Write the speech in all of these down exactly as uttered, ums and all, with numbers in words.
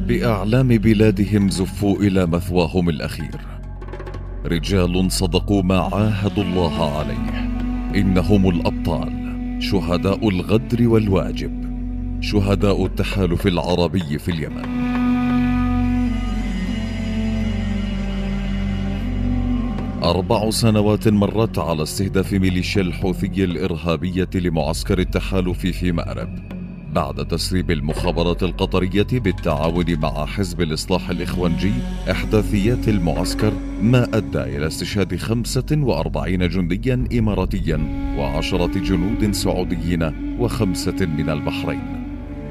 بأعلام بلادهم زفوا إلى مثواهم الأخير. رجال صدقوا ما عاهدوا الله عليه، إنهم الأبطال، شهداء الغدر والواجب، شهداء التحالف العربي في اليمن. أربع سنوات مرت على استهداف ميليشيا الحوثي الإرهابية لمعسكر التحالف في مأرب، بعد تسريب المخابرات القطرية بالتعاون مع حزب الإصلاح الإخوانجي إحداثيات المعسكر، ما أدى إلى استشهاد خمسة وأربعين جنديا إماراتيا وعشرة جنود سعوديين وخمسة من البحرين.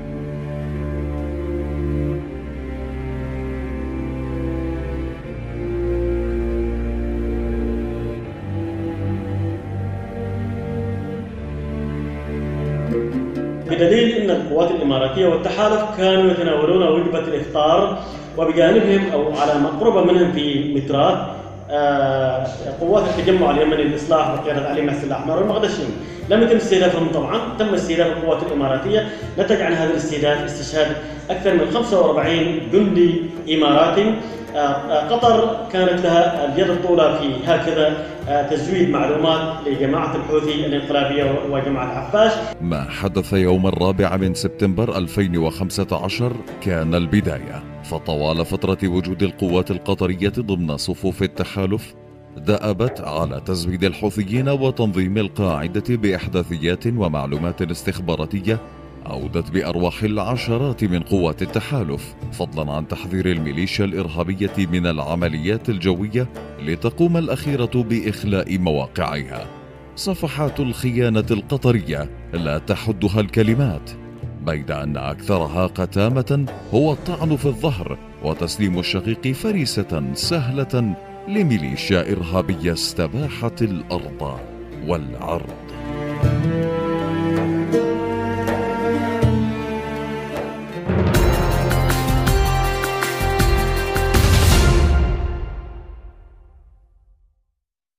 بدليل أن القوات الإماراتية والتحالف كانوا يتناولون وجبة الإفطار، وبجانبهم أو على مقربة منهم في مترات قوات التجمع اليمني للإصلاح بقيادة علي محسن الأحمر والمقدشين. لم يتم استهدافهم طبعا، تم استهداف القوات الإماراتية. نتج عن هذا الاستهداف استشهاد أكثر من خمسة وأربعين جندي إماراتي. قطر كانت لها اليد الطولى في هكذا تزويد معلومات لجماعة الحوثي الانقلابية وجماعة عفاش. ما حدث يوم الرابع من سبتمبر ألفين وخمسة عشر كان البداية، فطوال فترة وجود القوات القطرية ضمن صفوف التحالف دأبت على تزويد الحوثيين وتنظيم القاعدة بإحداثيات ومعلومات استخباراتية أودت بأرواح العشرات من قوات التحالف، فضلا عن تحذير الميليشيا الإرهابية من العمليات الجوية لتقوم الأخيرة بإخلاء مواقعها. صفحات الخيانة القطرية لا تحدها الكلمات، بيد أن أكثرها قتامة هو الطعن في الظهر وتسليم الشقيق فريسة سهلة لميليشيا إرهابية استباحت الأرض والعرض.